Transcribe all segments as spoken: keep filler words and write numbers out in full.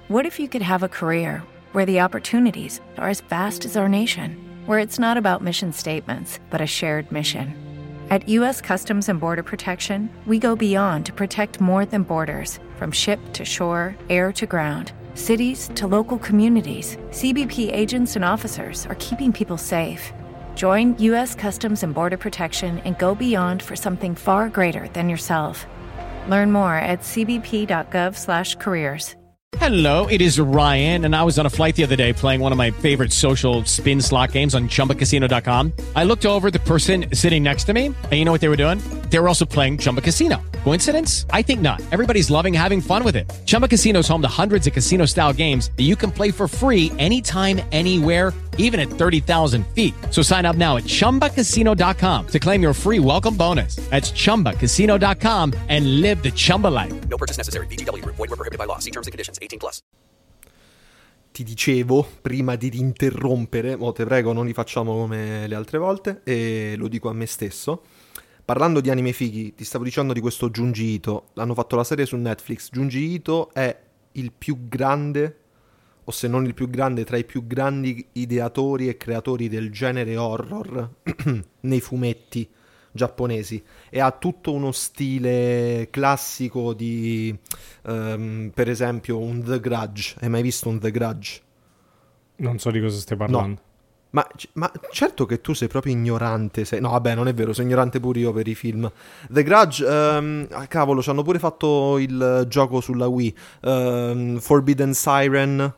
What if you could have a career where the opportunities are as vast as our nation, where it's not about mission statements, but a shared mission? At U S Customs and Border Protection, we go beyond to protect more than borders. From ship to shore, air to ground, cities to local communities, C B P agents and officers are keeping people safe. Join U S Customs and Border Protection and go beyond for something far greater than yourself. Learn more at c b p dot gov slash careers. Hello, it is Ryan, and I was on a flight the other day playing one of my favorite social spin slot games on chumba casino dot com. I looked over at the person sitting next to me, and you know what they were doing? They were also playing Chumba Casino. Coincidence? I think not. Everybody's loving having fun with it. Chumba Casino is home to hundreds of casino-style games that you can play for free anytime, anywhere, even at thirty thousand feet. So sign up now at chumba casino dot com to claim your free welcome bonus. That's chumba casino dot com and live the Chumba life. No purchase necessary. V G W. Void where prohibited by law. See terms and conditions. eighteen plus. Ti dicevo, prima di interrompere, mo te prego non li facciamo come le altre volte, e lo dico a me stesso, parlando di anime fighi, ti stavo dicendo di questo Junji Ito, hanno fatto la serie su Netflix. Junji Ito è il più grande, o se non il più grande, tra i più grandi ideatori e creatori del genere horror nei fumetti giapponesi, e ha tutto uno stile classico di um, per esempio un The Grudge. Hai mai visto un The Grudge? Non so di cosa stai parlando. No. Ma, ma certo che tu sei proprio ignorante, sei... no vabbè non è vero, sono ignorante pure io per i film. The Grudge, um, ah, cavolo, ci hanno pure fatto il gioco sulla Wii, um, Forbidden Siren.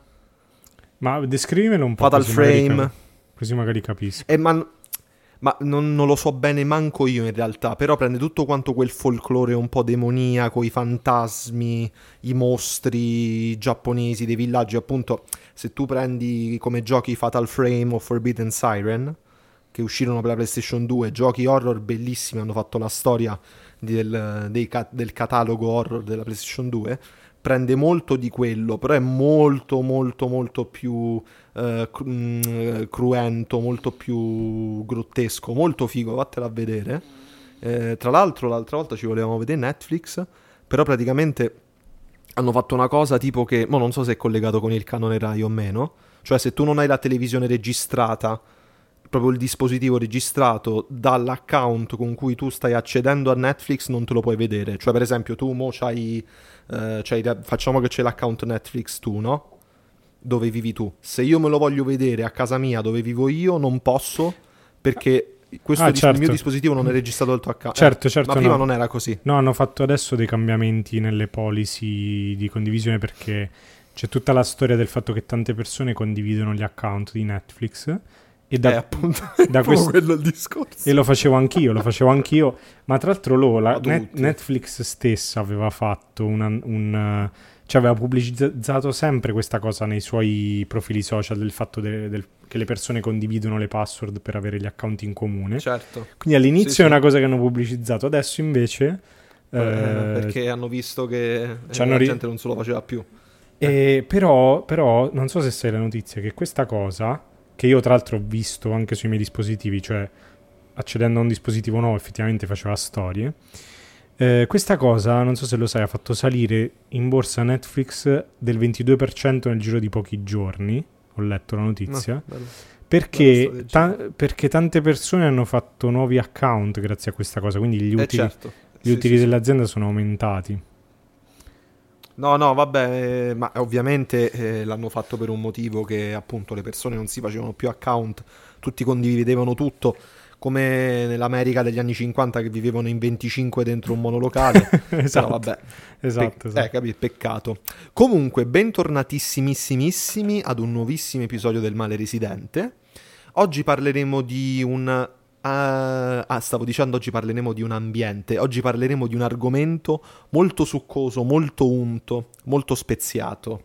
Ma descrivimelo un po'. Fatal così Frame magari, così magari capisco. E man... Ma non, non lo so bene manco io in realtà, però prende tutto quanto quel folklore un po' demoniaco, i fantasmi, i mostri giapponesi dei villaggi. Appunto, se tu prendi come giochi Fatal Frame o Forbidden Siren, che uscirono per la PlayStation due, giochi horror bellissimi, hanno fatto la storia del, dei, del catalogo horror della PlayStation due, prende molto di quello, però è molto molto molto più uh, cru- cruento, molto più grottesco, molto figo, vattela a vedere. Eh, tra l'altro l'altra volta ci volevamo vedere Netflix, però praticamente hanno fatto una cosa tipo che, mo non so se è collegato con il canone Rai o meno, cioè se tu non hai la televisione registrata, proprio il dispositivo registrato dall'account con cui tu stai accedendo a Netflix, non te lo puoi vedere. Cioè per esempio tu mo c'hai, uh, c'hai facciamo che c'è l'account Netflix tu, no? Dove vivi tu. Se io me lo voglio vedere a casa mia dove vivo io non posso, perché questo ah, dis- certo. il mio dispositivo non è registrato dal tuo account. Certo, eh, certo. Ma prima no. non era così. No, hanno fatto adesso dei cambiamenti nelle policy di condivisione, perché c'è tutta la storia del fatto che tante persone condividono gli account di Netflix. E da, eh, appunto, da questo, quello il discorso. E lo facevo anch'io, lo facevo anch'io. Ma tra l'altro lo, la, Net, tutti. Netflix stessa aveva fatto una, un... cioè aveva pubblicizzato sempre questa cosa nei suoi profili social, del fatto de, del, che le persone condividono le password per avere gli account in comune. Certo. Quindi all'inizio sì, è sì. una cosa che hanno pubblicizzato, adesso invece... Eh, eh, perché hanno visto che cioè la ri- gente non se lo faceva più. E però, però, non so se sai la notizia, che questa cosa... che io tra l'altro ho visto anche sui miei dispositivi, cioè accedendo a un dispositivo nuovo effettivamente faceva storie, eh, questa cosa, non so se lo sai, ha fatto salire in borsa Netflix del ventidue per cento nel giro di pochi giorni, ho letto la notizia, no, bello. perché, bello ta- perché tante persone hanno fatto nuovi account grazie a questa cosa, quindi gli utili, eh certo. gli sì, utili sì, dell'azienda sono aumentati. No, no, vabbè, eh, ma ovviamente eh, l'hanno fatto per un motivo, che appunto le persone non si facevano più account, tutti condividevano tutto, come nell'America degli anni cinquanta che vivevano in venticinque dentro un monolocale. Esatto, però vabbè, esatto, pe- esatto. Eh, capì, peccato. Comunque, bentornatissimissimi ad un nuovissimo episodio del Male Residente. Oggi parleremo di un... Uh, ah, stavo dicendo oggi parleremo di un ambiente, oggi parleremo di un argomento molto succoso, molto unto, molto speziato,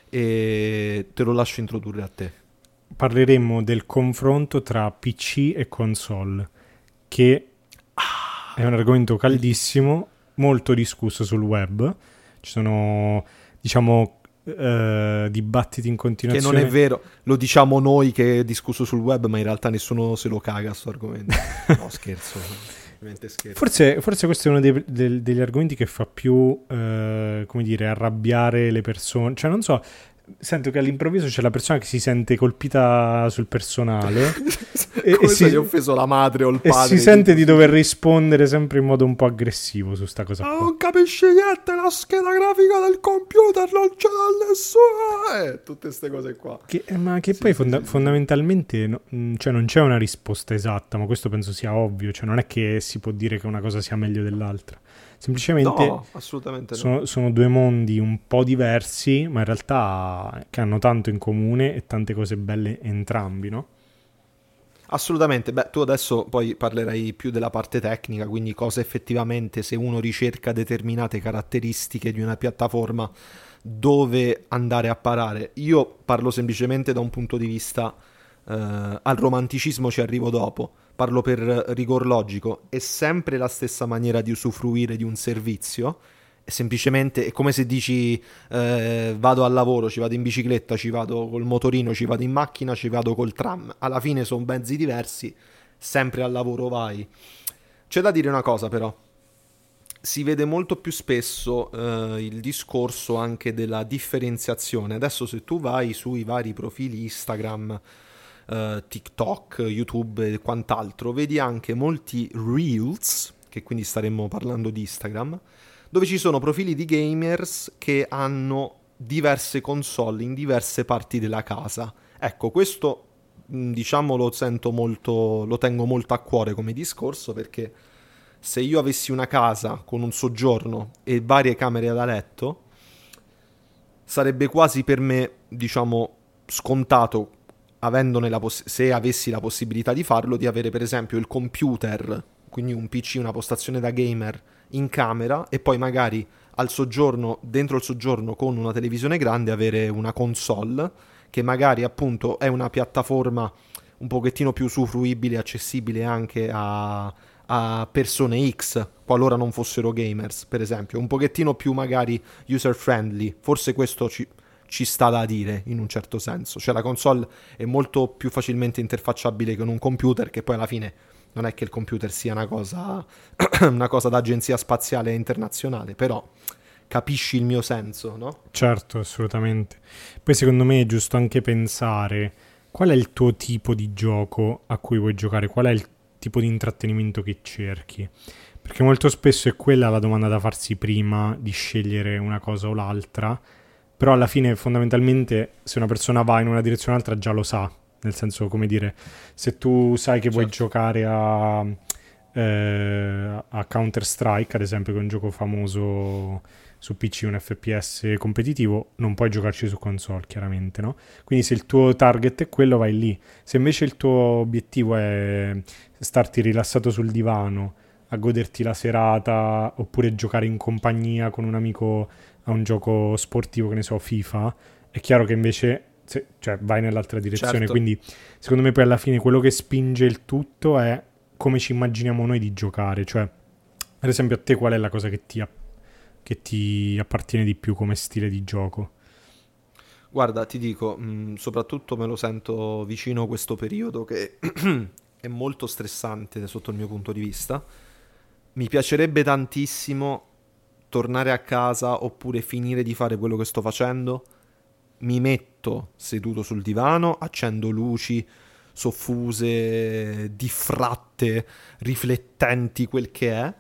e te lo lascio introdurre a te. Parleremo del confronto tra P C e console, che ah, è un argomento caldissimo, molto discusso sul web. Ci sono, diciamo, Uh, dibattiti in continuazione. Che non è vero, lo diciamo noi che è discusso sul web, ma in realtà nessuno se lo caga sto argomento. No, scherzo. Ovviamente scherzo. Forse, forse questo è uno dei, del- degli argomenti che fa più, eh, come dire, arrabbiare le persone. Cioè, non so, sento che all'improvviso c'è la persona che si sente colpita sul personale e, Come e se si, gli ho offeso la madre o il e padre. si sente di dover rispondere sempre in modo un po' aggressivo su sta cosa Ma qua. non capisci niente, la scheda grafica del computer non ce l'ha nessuno. Eh, tutte queste cose qua. Che- eh, ma che Sì, poi sì, fonda- sì, sì. fondamentalmente no- mh, cioè non c'è una risposta esatta, ma questo penso sia ovvio, cioè non è che si può dire che una cosa sia meglio dell'altra, semplicemente No, assolutamente no. sono, sono due mondi un po' diversi, ma in realtà che hanno tanto in comune e tante cose belle entrambi, no? Assolutamente, beh, tu adesso poi parlerai più della parte tecnica, quindi cosa effettivamente, se uno ricerca determinate caratteristiche di una piattaforma, dove andare a parare. Io parlo semplicemente da un punto di vista, eh, al romanticismo ci arrivo dopo, parlo per rigor logico, è sempre la stessa maniera di usufruire di un servizio. È semplicemente è come se dici eh, vado al lavoro, ci vado in bicicletta, ci vado col motorino, ci vado in macchina, ci vado col tram. Alla fine sono mezzi diversi, sempre al lavoro vai. C'è da dire una cosa però, si vede molto più spesso eh, il discorso anche della differenziazione. Adesso se tu vai sui vari profili Instagram, eh, TikTok, YouTube e quant'altro, vedi anche molti Reels, che quindi staremmo parlando di Instagram, dove ci sono profili di gamers che hanno diverse console in diverse parti della casa. Ecco, questo mh, diciamo lo sento molto, lo tengo molto a cuore come discorso, perché se io avessi una casa con un soggiorno e varie camere da letto, sarebbe quasi per me, diciamo, scontato, avendone la poss- se avessi la possibilità di farlo, di avere per esempio il computer, quindi un P C, una postazione da gamer in camera, e poi magari al soggiorno, dentro il soggiorno con una televisione grande, avere una console che magari appunto è una piattaforma un pochettino più usufruibile e accessibile anche a, a persone X, qualora non fossero gamers, per esempio, un pochettino più magari user friendly. Forse questo ci, ci sta da dire in un certo senso, cioè la console è molto più facilmente interfacciabile con un computer, che poi alla fine non è che il computer sia una cosa una cosa d'agenzia spaziale internazionale, però capisci il mio senso, no? Certo, assolutamente. Poi secondo me è giusto anche pensare qual è il tuo tipo di gioco a cui vuoi giocare, qual è il tipo di intrattenimento che cerchi. Perché molto spesso è quella la domanda da farsi prima di scegliere una cosa o l'altra, però alla fine fondamentalmente se una persona va in una direzione o un'altra già lo sa, nel senso, come dire, se tu sai che vuoi Certo. giocare a, eh, a Counter-Strike, ad esempio, che è un gioco famoso su P C, un F P S competitivo, non puoi giocarci su console, chiaramente, no? Quindi se il tuo target è quello, vai lì. Se invece il tuo obiettivo è starti rilassato sul divano, a goderti la serata, oppure giocare in compagnia con un amico a un gioco sportivo, che ne so, FIFA, è chiaro che invece se, cioè, vai nell'altra direzione. Certo. Quindi secondo me poi alla fine quello che spinge il tutto è come ci immaginiamo noi di giocare. Cioè, ad esempio, a te qual è la cosa che ti, che ti appartiene di più come stile di gioco? Guarda, ti dico, mh, soprattutto me lo sento vicino questo periodo che è molto stressante sotto il mio punto di vista. Mi piacerebbe tantissimo tornare a casa oppure finire di fare quello che sto facendo. Mi metto seduto sul divano, accendo luci soffuse, diffratte, riflettenti, quel che è,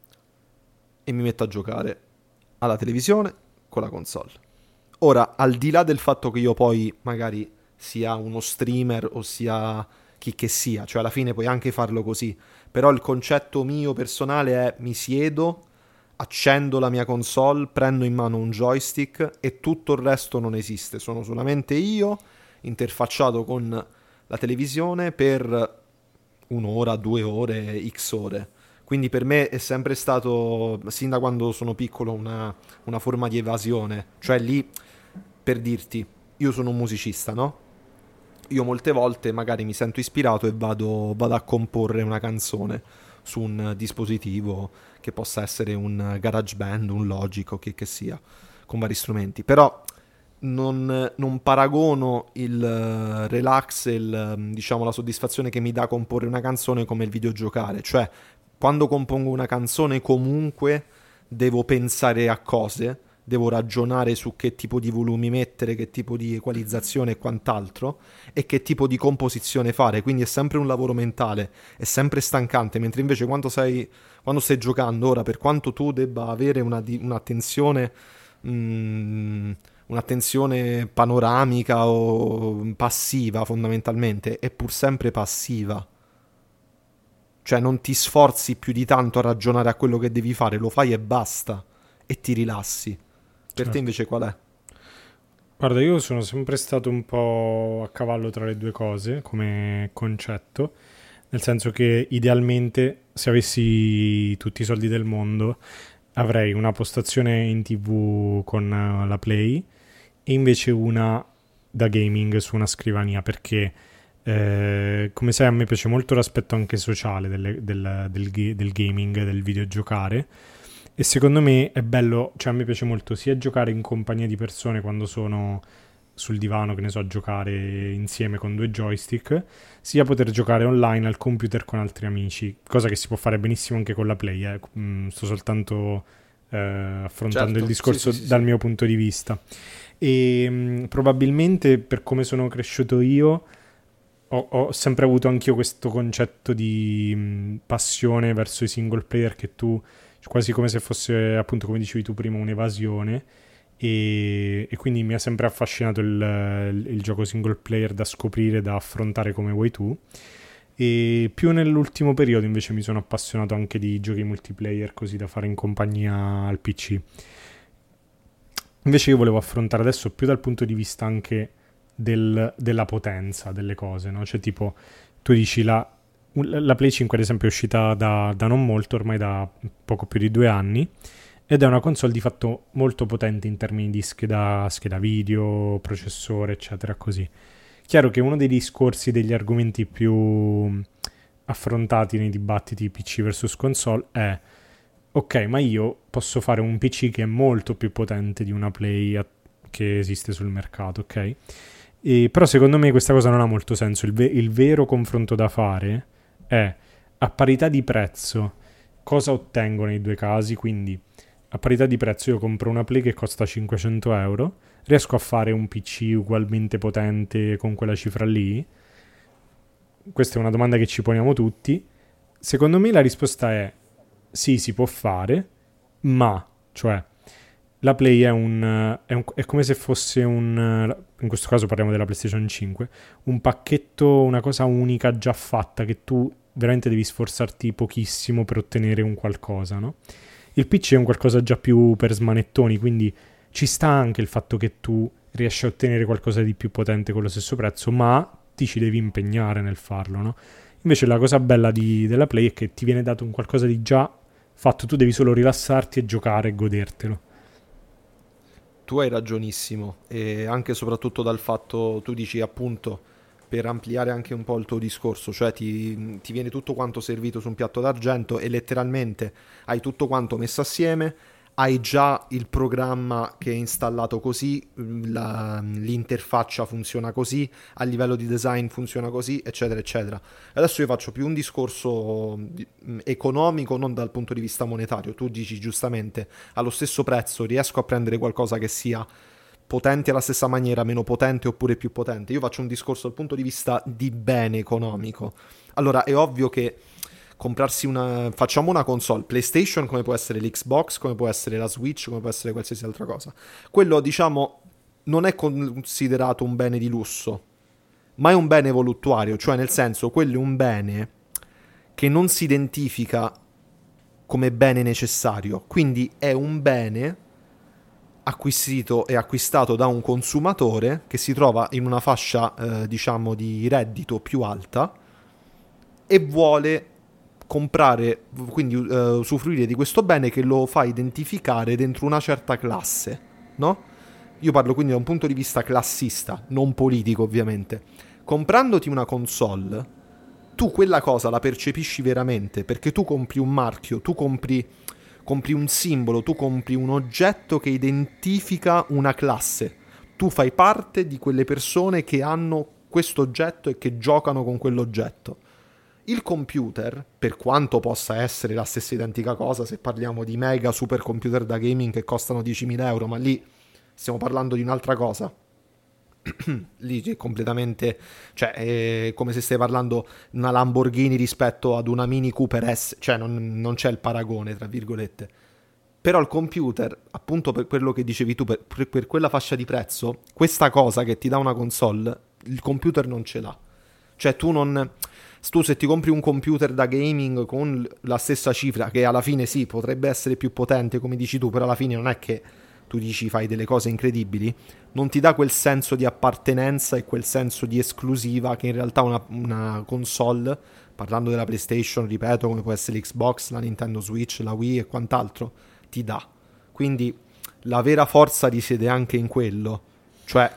e mi metto a giocare alla televisione con la console. Ora, al di là del fatto che io poi magari sia uno streamer o sia chi che sia, cioè alla fine puoi anche farlo così, però il concetto mio personale è: mi siedo, accendo la mia console, prendo in mano un joystick e tutto il resto non esiste, sono solamente io interfacciato con la televisione per un'ora, due ore, x ore. Quindi per me è sempre stato, sin da quando sono piccolo, una, una forma di evasione. Cioè lì, per dirti, io sono un musicista, no? Io molte volte magari mi sento ispirato e vado, vado a comporre una canzone su un dispositivo che possa essere un GarageBand, un Logic o che che sia, con vari strumenti. Però non, non paragono il relax e il, diciamo, la soddisfazione che mi dà comporre una canzone come il videogiocare. Cioè, quando compongo una canzone comunque devo pensare a cose, devo ragionare su che tipo di volumi mettere, che tipo di equalizzazione e quant'altro, e che tipo di composizione fare, quindi è sempre un lavoro mentale, è sempre stancante, mentre invece quando sei, quando stai giocando ora, per quanto tu debba avere una, di- un'attenzione, mm, un'attenzione panoramica o passiva fondamentalmente, è pur sempre passiva. Cioè non ti sforzi più di tanto a ragionare a quello che devi fare, lo fai e basta, e ti rilassi. Per Certo. te invece qual è? Guarda, io sono sempre stato un po' a cavallo tra le due cose come concetto, nel senso che idealmente se avessi tutti i soldi del mondo avrei una postazione in tivù con eh, la Play e invece una da gaming su una scrivania, perché eh, come sai a me piace molto l'aspetto anche sociale delle- del, del ga- del gaming, del videogiocare. E secondo me è bello, cioè a me piace molto sia giocare in compagnia di persone quando sono sul divano, che ne so, giocare insieme con due joystick, sia poter giocare online al computer con altri amici, cosa che si può fare benissimo anche con la Play, eh. Mm, sto soltanto eh, affrontando Certo, il discorso sì, sì, sì, dal sì. mio punto di vista. E mm, probabilmente per come sono cresciuto io ho, ho sempre avuto anch'io questo concetto di mh, passione verso i single player, che tu, quasi come se fosse, appunto, come dicevi tu prima, un'evasione. E, e quindi mi ha sempre affascinato il, il- il gioco single player da scoprire, da affrontare come vuoi tu. E più nell'ultimo periodo invece mi sono appassionato anche di giochi multiplayer, così da fare in compagnia al P C. Invece io volevo affrontare adesso più dal punto di vista anche del- della potenza delle cose, no? Cioè tipo, tu dici la, la Play cinque ad esempio è uscita da, da non molto, ormai da poco più di due anni, ed è una console di fatto molto potente in termini di scheda, scheda video, processore, eccetera, così. Chiaro che uno dei discorsi, degli argomenti più affrontati nei dibattiti P C versus console è: ok, ma io posso fare un P C che è molto più potente di una Play a- che esiste sul mercato, ok? E, però secondo me questa cosa non ha molto senso. Il, ve- il vero confronto da fare è, a parità di prezzo, cosa ottengo nei due casi. Quindi a parità di prezzo io compro una Play che costa cinquecento euro, riesco a fare un P C ugualmente potente con quella cifra lì? Questa è una domanda che ci poniamo tutti. Secondo me la risposta è sì, si può fare, ma, cioè, la Play è un, è un- è come se fosse un, in questo caso parliamo della PlayStation cinque, un pacchetto, una cosa unica già fatta, che tu veramente devi sforzarti pochissimo per ottenere un qualcosa, no? Il P C è un qualcosa già più per smanettoni, quindi ci sta anche il fatto che tu riesci a ottenere qualcosa di più potente con lo stesso prezzo, ma ti ci devi impegnare nel farlo, no? Invece la cosa bella di- della Play è che ti viene dato un qualcosa di già fatto, tu devi solo rilassarti e giocare e godertelo. Tu hai ragionissimo, e anche e soprattutto dal fatto, tu dici appunto, per ampliare anche un po' il tuo discorso, cioè ti, ti viene tutto quanto servito su un piatto d'argento e letteralmente hai tutto quanto messo assieme, hai già il programma che è installato così, la- l'interfaccia funziona così, a livello di design funziona così, eccetera, eccetera. Adesso io faccio più un discorso di- economico, non dal punto di vista monetario. Tu dici giustamente, allo stesso prezzo riesco a prendere qualcosa che sia potente alla stessa maniera, meno potente oppure più potente. Io faccio un discorso dal punto di vista di bene economico. Allora, è ovvio che comprarsi una... facciamo una console PlayStation, come può essere l'Xbox, come può essere la Switch, come può essere qualsiasi altra cosa. Quello, diciamo, non è considerato un bene di lusso, ma è un bene voluttuario, cioè nel senso, quello è un bene che non si identifica come bene necessario, quindi è un bene acquisito e acquistato da un consumatore che si trova in una fascia, eh, diciamo, di reddito più alta e vuole comprare, quindi eh, usufruire di questo bene che lo fa identificare dentro una certa classe, no? Io parlo quindi da un punto di vista classista, non politico ovviamente. Comprandoti una console, tu quella cosa la percepisci veramente, perché tu compri un marchio, tu compri, compri un simbolo, tu compri un oggetto che identifica una classe. Tu fai parte di quelle persone che hanno questo oggetto e che giocano con quell'oggetto. Il computer, per quanto possa essere la stessa identica cosa, se parliamo di mega super computer da gaming che costano diecimila euro, ma lì stiamo parlando di un'altra cosa. Lì è completamente, cioè è come se stai parlando una Lamborghini rispetto ad una Mini Cooper S, cioè non, non c'è il paragone, tra virgolette. Però il computer, appunto per quello che dicevi tu, per, per quella fascia di prezzo, questa cosa che ti dà una console, il computer non ce l'ha. Cioè tu non... Tu se ti compri un computer da gaming con la stessa cifra, che alla fine sì, potrebbe essere più potente come dici tu, però alla fine non è che tu dici fai delle cose incredibili, non ti dà quel senso di appartenenza e quel senso di esclusiva che in realtà una, una console, parlando della PlayStation, ripeto, come può essere l'Xbox, la Nintendo Switch, la Wii e quant'altro, ti dà. Quindi la vera forza risiede anche in quello, cioè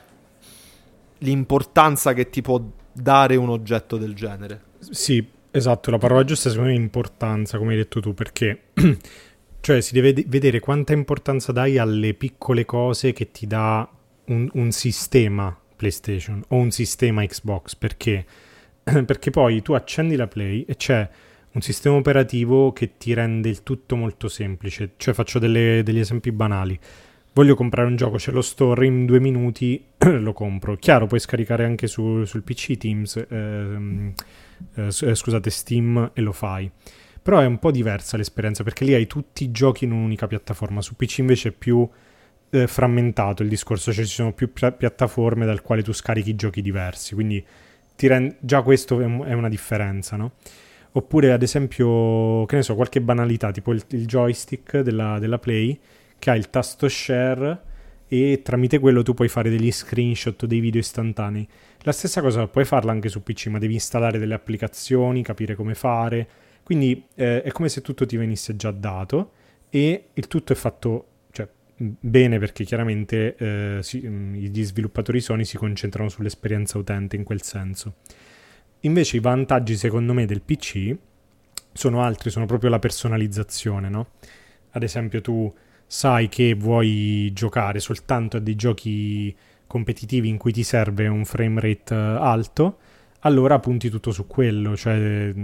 l'importanza che ti può dare un oggetto del genere. Sì, esatto, la parola giusta secondo me è importanza, come hai detto tu, perché cioè si deve d- vedere quanta importanza dai alle piccole cose che ti dà un, un sistema PlayStation o un sistema Xbox, perché perché poi tu accendi la Play e c'è un sistema operativo che ti rende il tutto molto semplice. Cioè faccio delle, degli esempi banali. Voglio comprare un gioco, c'è lo store, in due minuti lo compro. Chiaro, puoi scaricare anche su, sul P C Teams, ehm, eh, scusate, Steam, e lo fai. Però è un po' diversa l'esperienza, perché lì hai tutti i giochi in un'unica piattaforma. Su P C invece è più eh, frammentato il discorso, cioè ci sono più pi- piattaforme dal quale tu scarichi giochi diversi, quindi ti rend- già questo è, un- è una differenza, no? Oppure ad esempio, che ne so, qualche banalità, tipo il, il joystick della, della Play, che ha il tasto share e tramite quello tu puoi fare degli screenshot, dei video istantanei. La stessa cosa puoi farla anche su P C, ma devi installare delle applicazioni, capire come fare. Quindi eh, è come se tutto ti venisse già dato e il tutto è fatto, cioè, bene, perché chiaramente eh, si, gli sviluppatori Sony si concentrano sull'esperienza utente in quel senso. Invece i vantaggi secondo me del P C sono altri, sono proprio la personalizzazione, no? Ad esempio tu sai che vuoi giocare soltanto a dei giochi competitivi in cui ti serve un frame rate alto, allora punti tutto su quello, cioè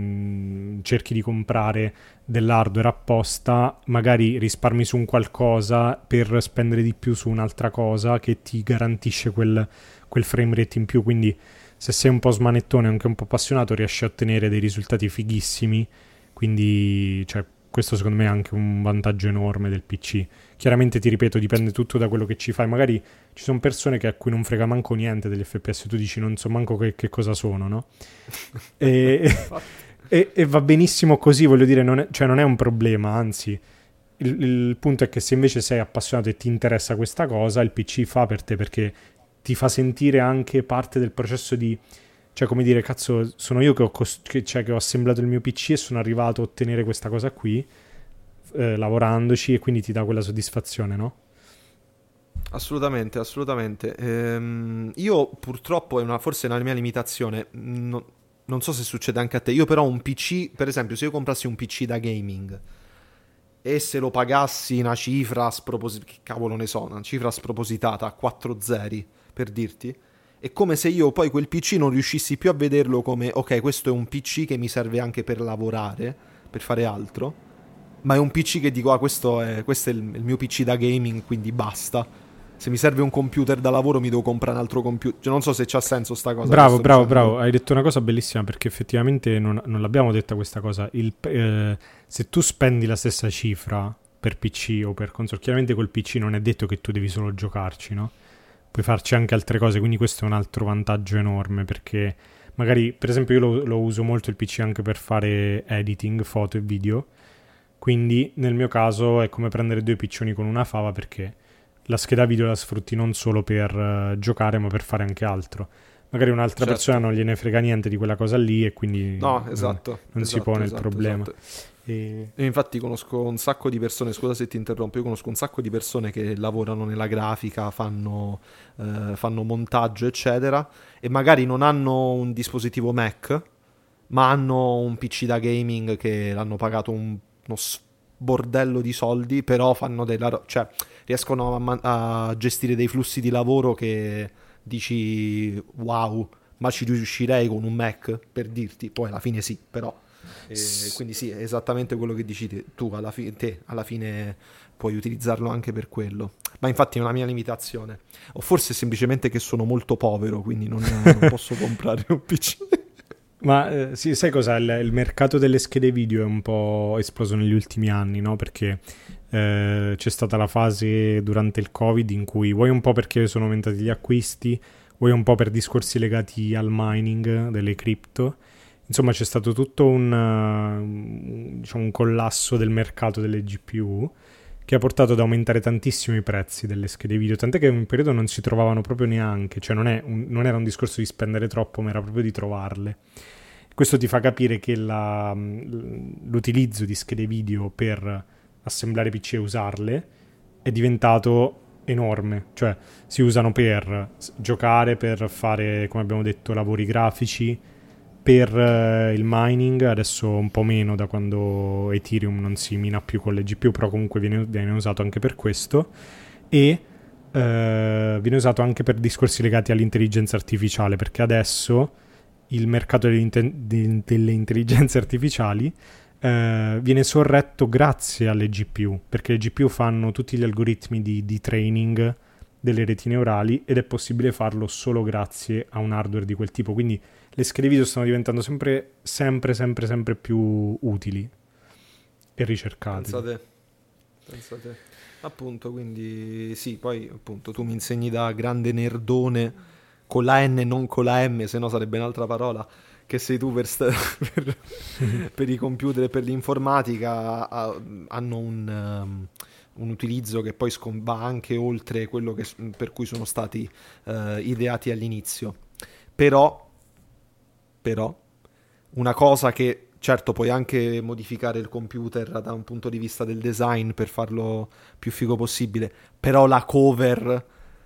mh, cerchi di comprare dell'hardware apposta, magari risparmi su un qualcosa per spendere di più su un'altra cosa che ti garantisce quel, quel frame rate in più. Quindi se sei un po' smanettone, anche un po' appassionato, riesci a ottenere dei risultati fighissimi. Quindi, cioè, questo secondo me è anche un vantaggio enorme del P C. Chiaramente, ti ripeto, dipende tutto da quello che ci fai. Magari ci sono persone che a cui non frega manco niente degli F P S, tu dici non so manco che, che cosa sono, no? e, e, e va benissimo così, voglio dire, non è, cioè non è un problema, anzi il, il punto è che se invece sei appassionato e ti interessa questa cosa, il P C fa per te, perché ti fa sentire anche parte del processo di, cioè come dire, cazzo, sono io che ho, cost- che, cioè, che ho assemblato il mio P C e sono arrivato a ottenere questa cosa qui eh, lavorandoci, e quindi ti dà quella soddisfazione, no? Assolutamente, assolutamente. Ehm, io purtroppo è una, forse è una mia limitazione, no, non so se succede anche a te, io però un P C, per esempio se io comprassi un P C da gaming e se lo pagassi una cifra spropositata, che cavolo ne so, una cifra spropositata a quattro zeri, per dirti, è come se io poi quel P C non riuscissi più a vederlo come, ok, questo è un P C che mi serve anche per lavorare, per fare altro, ma è un P C che dico, ah, questo è, questo è il, il mio P C da gaming, quindi basta. Se mi serve un computer da lavoro mi devo comprare un altro computer. Cioè, non so se c'ha senso sta cosa. Bravo, bravo, dicendo. bravo. Hai detto una cosa bellissima, perché effettivamente non, non l'abbiamo detta questa cosa. Il, eh, se tu spendi la stessa cifra per P C o per console, chiaramente col P C non è detto che tu devi solo giocarci, no? Puoi farci anche altre cose, quindi questo è un altro vantaggio enorme, perché magari, per esempio, io lo, lo uso molto il P C anche per fare editing, foto e video, quindi nel mio caso è come prendere due piccioni con una fava, perché la scheda video la sfrutti non solo per uh, giocare, ma per fare anche altro. Magari un'altra certo. persona non gliene frega niente di quella cosa lì e quindi no, esatto, eh, non esatto, si pone esatto, il problema. Esatto. E... e infatti conosco un sacco di persone, scusa se ti interrompo, io conosco un sacco di persone che lavorano nella grafica, fanno, eh, fanno montaggio, eccetera, e magari non hanno un dispositivo Mac, ma hanno un P C da gaming che l'hanno pagato un, uno bordello di soldi, però fanno della... cioè riescono a, man- a gestire dei flussi di lavoro che dici wow, ma ci riuscirei con un Mac, per dirti, poi alla fine sì, però eh, quindi sì, è esattamente quello che dici te, tu alla fi- te alla fine puoi utilizzarlo anche per quello, ma infatti è una mia limitazione, o forse semplicemente che sono molto povero, quindi non, non posso comprare un P C. Ma eh, sì, sai cosa? Il, il mercato delle schede video è un po' esploso negli ultimi anni, no? Perché eh, c'è stata la fase durante il Covid in cui, vuoi un po' perché sono aumentati gli acquisti, vuoi un po' per discorsi legati al mining delle cripto. Insomma, c'è stato tutto un, uh, diciamo, un collasso del mercato delle G P U che ha portato ad aumentare tantissimo i prezzi delle schede video, tant'è che in un periodo non si trovavano proprio neanche, cioè non, è un, non era un discorso di spendere troppo, ma era proprio di trovarle. Questo ti fa capire che la, l'utilizzo di schede video per assemblare P C e usarle è diventato enorme, cioè si usano per giocare, per fare, come abbiamo detto, lavori grafici, per uh, il mining, adesso un po' meno da quando Ethereum non si mina più con le G P U, però comunque viene, viene usato anche per questo, e uh, viene usato anche per discorsi legati all'intelligenza artificiale, perché adesso il mercato delle, delle intelligenze artificiali uh, viene sorretto grazie alle G P U, perché le G P U fanno tutti gli algoritmi di, di training delle reti neurali ed è possibile farlo solo grazie a un hardware di quel tipo, quindi le schede video stanno diventando sempre, sempre, sempre, sempre più utili e ricercate. Pensate, pensate. Appunto, quindi sì, poi appunto tu mi insegni da grande nerdone con la N e non con la M, se no sarebbe un'altra parola, che sei tu per, sta- per, per i computer e per l'informatica, a, hanno un, um, un utilizzo che poi scom- va anche oltre quello che, per cui sono stati uh, ideati all'inizio. Però Però una cosa che certo puoi anche modificare il computer da un punto di vista del design per farlo più figo possibile, però la cover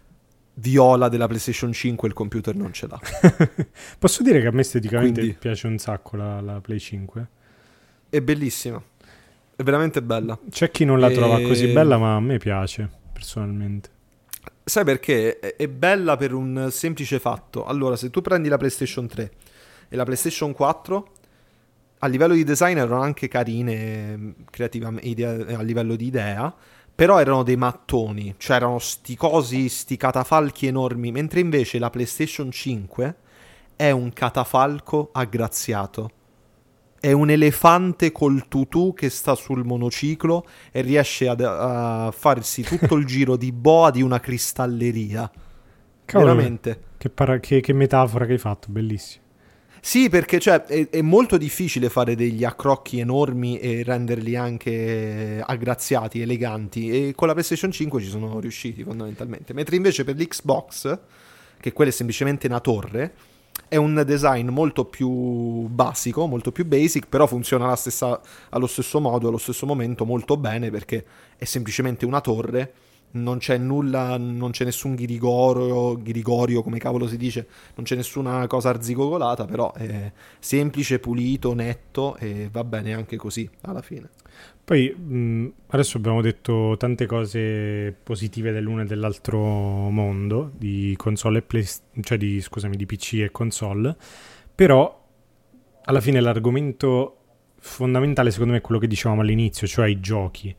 viola della PlayStation cinque il computer non ce l'ha. Posso dire che a me esteticamente Quindi piace un sacco la, la Play cinque? È bellissima, è veramente bella. C'è chi non la e... trova così bella, ma a me piace personalmente. Sai perché? È bella per un semplice fatto. Allora, se tu prendi la PlayStation tre e la PlayStation quattro, a livello di design erano anche carine creativamente, a livello di idea, però erano dei mattoni, cioè erano sti cosi, sti catafalchi enormi, mentre invece la PlayStation cinque è un catafalco aggraziato. È un elefante col tutù che sta sul monociclo e riesce ad, a farsi tutto il giro di boa di una cristalleria. Cavolo, veramente. Che, para- che, che metafora che hai fatto, bellissimo. Sì, perché cioè, è, è molto difficile fare degli accrocchi enormi e renderli anche aggraziati, eleganti, e con la PlayStation cinque ci sono riusciti fondamentalmente. Mentre invece per l'Xbox, che quella è semplicemente una torre, è un design molto più basico, molto più basic, però funziona alla stessa, allo stesso modo, allo stesso momento molto bene, perché è semplicemente una torre. Non c'è nulla, non c'è nessun ghirigorio, ghirigorio come cavolo si dice, non c'è nessuna cosa arzigogolata, però è semplice, pulito, netto e va bene anche così alla fine. Poi mh, adesso abbiamo detto tante cose positive dell'uno e dell'altro mondo di console e play, cioè di scusami di P C e console, però alla fine l'argomento fondamentale secondo me è quello che dicevamo all'inizio, cioè i giochi.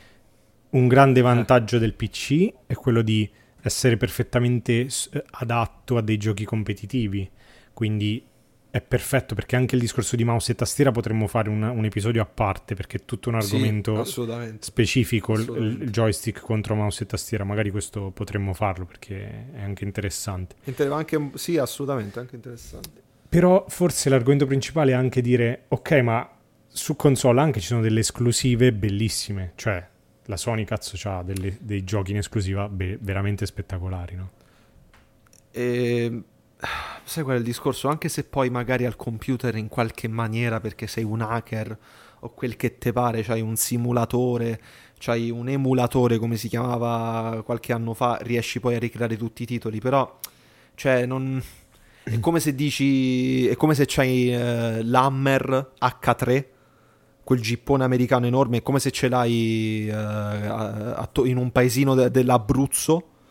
Un grande vantaggio eh. del P C è quello di essere perfettamente adatto a dei giochi competitivi, quindi è perfetto, perché anche il discorso di mouse e tastiera potremmo fare un, un episodio a parte, perché è tutto un argomento sì, specifico, assolutamente. Il, il joystick contro mouse e tastiera, magari questo potremmo farlo perché è anche interessante. Inter- anche, sì, assolutamente, anche interessante. Però forse l'argomento principale è anche dire, ok, ma su console anche ci sono delle esclusive bellissime, cioè la Sony cazzo c'ha delle, dei giochi in esclusiva be- veramente spettacolari, no? E... sai qual è il discorso? Anche se poi magari al computer in qualche maniera, perché sei un hacker o quel che te pare, c'hai un simulatore, c'hai un emulatore come si chiamava qualche anno fa, riesci poi a ricreare tutti i titoli, però cioè non... è come se dici, è come se c'hai uh, l'Hammer acca tre, quel gippone americano enorme, è come se ce l'hai uh, a, a to- in un paesino de- dell'Abruzzo,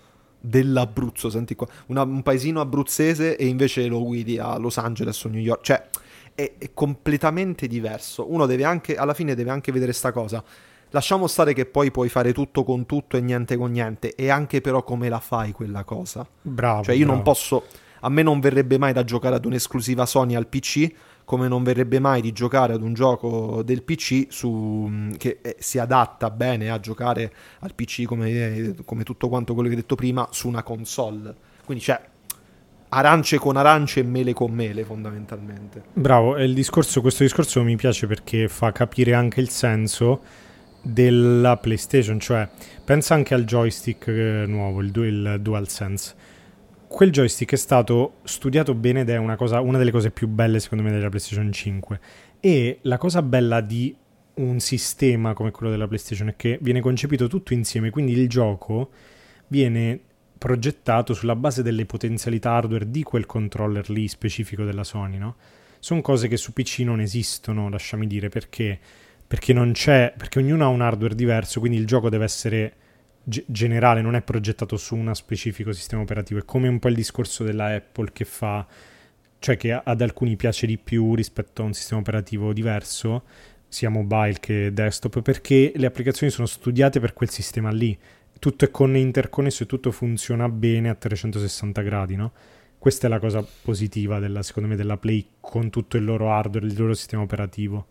dell'Abruzzo, senti qua, una, un paesino abruzzese e invece lo guidi a Los Angeles o New York, cioè è, è completamente diverso. Uno deve anche, alla fine deve anche vedere sta cosa. Lasciamo stare che poi puoi fare tutto con tutto e niente con niente, e anche però come la fai quella cosa. Bravo. Cioè io bravo. non posso, a me non verrebbe mai da giocare ad un'esclusiva Sony al P C, come non verrebbe mai di giocare ad un gioco del P C su, che eh, si adatta bene a giocare al P C come, eh, come tutto quanto quello che hai detto prima su una console. Quindi c'è arance con arance e mele con mele fondamentalmente. Bravo, e il discorso, questo discorso mi piace perché fa capire anche il senso della PlayStation, cioè pensa anche al joystick eh, nuovo, il, il DualSense. Quel joystick è stato studiato bene ed è una cosa, una delle cose più belle secondo me della PlayStation cinque, e la cosa bella di un sistema come quello della PlayStation è che viene concepito tutto insieme, quindi il gioco viene progettato sulla base delle potenzialità hardware di quel controller lì specifico della Sony, no? Sono cose che su P C non esistono, lasciami dire, perché perché non c'è, perché ognuno ha un hardware diverso, quindi il gioco deve essere g- generale, non è progettato su uno specifico sistema operativo. È come un po' il discorso della Apple che fa, cioè che ad alcuni piace di più rispetto a un sistema operativo diverso, sia mobile che desktop, perché le applicazioni sono studiate per quel sistema lì. Tutto è con- interconnesso e tutto funziona bene a trecentosessanta gradi, no? Questa è la cosa positiva della, secondo me, della Play, con tutto il loro hardware, il loro sistema operativo.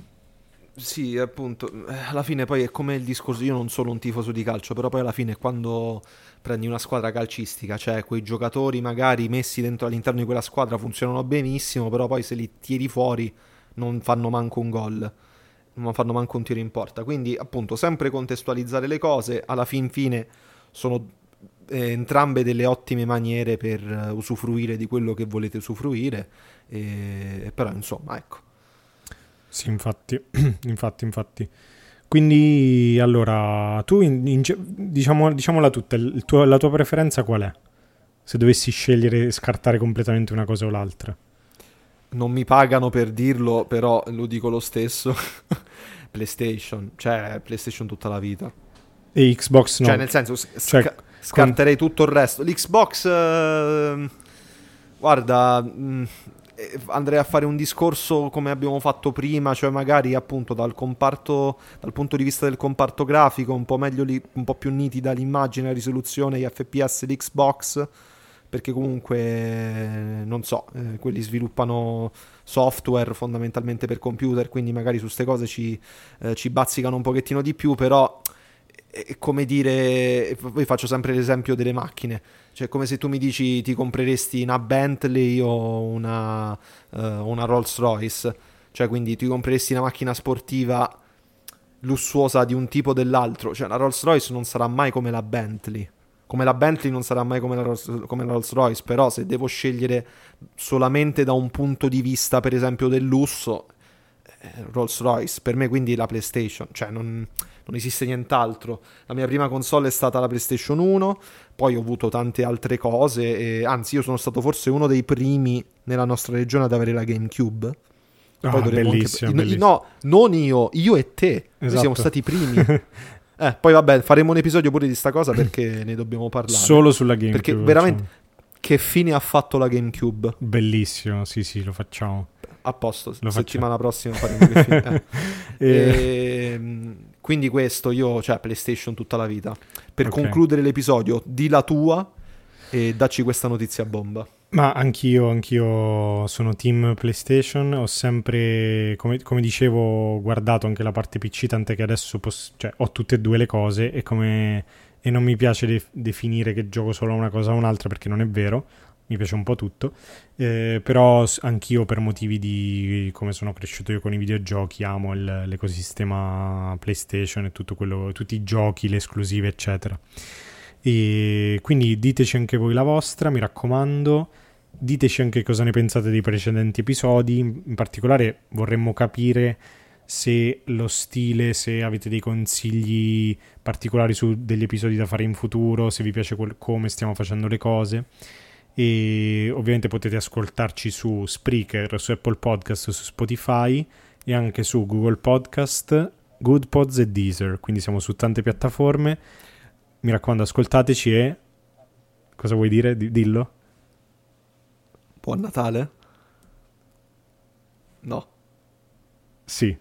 Sì, appunto, alla fine poi è come il discorso, io non sono un tifoso di calcio, però poi alla fine quando prendi una squadra calcistica, cioè quei giocatori magari messi dentro all'interno di quella squadra funzionano benissimo, però poi se li tiri fuori non fanno manco un gol, non fanno manco un tiro in porta. Quindi appunto sempre contestualizzare le cose, alla fin fine sono eh, entrambe delle ottime maniere per uh, usufruire di quello che volete usufruire, e... però insomma ecco. Sì, infatti, infatti, infatti. Quindi, allora, tu, in, in, diciamo, diciamola tutta, il tuo, la tua preferenza qual è? Se dovessi scegliere e scartare completamente una cosa o l'altra. Non mi pagano per dirlo, però lo dico lo stesso. PlayStation, cioè PlayStation tutta la vita. E Xbox no? Cioè, nel senso, sc- cioè, scarterei con... tutto il resto. L'Xbox, eh, guarda... Mh, andrei a fare un discorso come abbiamo fatto prima, cioè magari appunto dal comparto, dal punto di vista del comparto grafico un po' meglio li, un po' più nitida l'immagine, la risoluzione, gli F P S l'Xbox, perché comunque non so, eh, quelli sviluppano software fondamentalmente per computer, quindi magari su ste cose ci, eh, ci bazzicano un pochettino di più, però è come dire, poi faccio sempre l'esempio delle macchine, cioè come se tu mi dici ti compreresti una Bentley o una, uh, una Rolls Royce, cioè quindi ti compreresti una macchina sportiva lussuosa di un tipo o dell'altro, cioè la Rolls Royce non sarà mai come la Bentley, come la Bentley non sarà mai come la, Rolls, come la Rolls Royce, però se devo scegliere solamente da un punto di vista per esempio del lusso, eh, Rolls Royce per me, quindi la PlayStation, cioè non... non esiste nient'altro. La mia prima console è stata la PlayStation uno, poi ho avuto tante altre cose, e, anzi io sono stato forse uno dei primi nella nostra regione ad avere la GameCube. Oh, Poi bellissimo, anche... bellissimo. No, non io, io e te. Esatto. Noi siamo stati i primi. eh, poi vabbè, faremo un episodio pure di sta cosa perché ne dobbiamo parlare. Solo sulla GameCube. Perché veramente, facciamo. Che fine ha fatto la GameCube? Bellissimo, sì sì, lo facciamo. A posto, lo settimana facciamo. prossima faremo che fine. Eh. e... Quindi questo, io, cioè PlayStation tutta la vita. Per okay. concludere l'episodio, di la tua e dacci questa notizia bomba. Ma anch'io, anch'io sono team PlayStation, ho sempre, come, come dicevo, guardato anche la parte P C, tant'è che adesso posso, cioè, ho tutte e due le cose e, come, e non mi piace de- definire che gioco solo una cosa o un'altra, perché non è vero, mi piace un po' tutto, eh, però anch'io per motivi di come sono cresciuto io con i videogiochi amo il, l'ecosistema PlayStation e tutto quello, tutti i giochi, le esclusive eccetera. E quindi diteci anche voi la vostra, mi raccomando, diteci anche cosa ne pensate dei precedenti episodi, in particolare vorremmo capire se lo stile, se avete dei consigli particolari su degli episodi da fare in futuro, se vi piace quel, come stiamo facendo le cose. E ovviamente potete ascoltarci su Spreaker, su Apple Podcast, su Spotify e anche su Google Podcast, Goodpods e Deezer, quindi siamo su tante piattaforme. Mi raccomando, ascoltateci e Cosa vuoi dire? D- dillo. Buon Natale? No. Sì.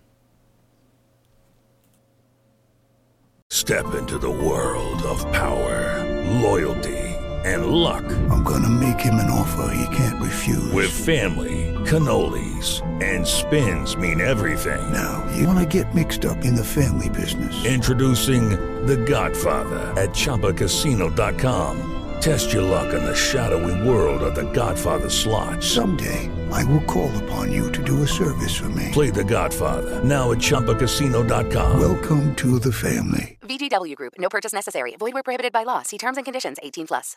Step into the world of power, loyalty, and luck. I'm gonna make him an offer he can't refuse. With family, cannolis, and spins mean everything. Now, you wanna get mixed up in the family business. Introducing The Godfather at Chumba Casino dot com. Test your luck in the shadowy world of The Godfather slot. Someday, I will call upon you to do a service for me. Play The Godfather, now at Chumba Casino dot com. Welcome to the family. V G W Group. No purchase necessary. Void where prohibited by law. See terms and conditions. eighteen plus.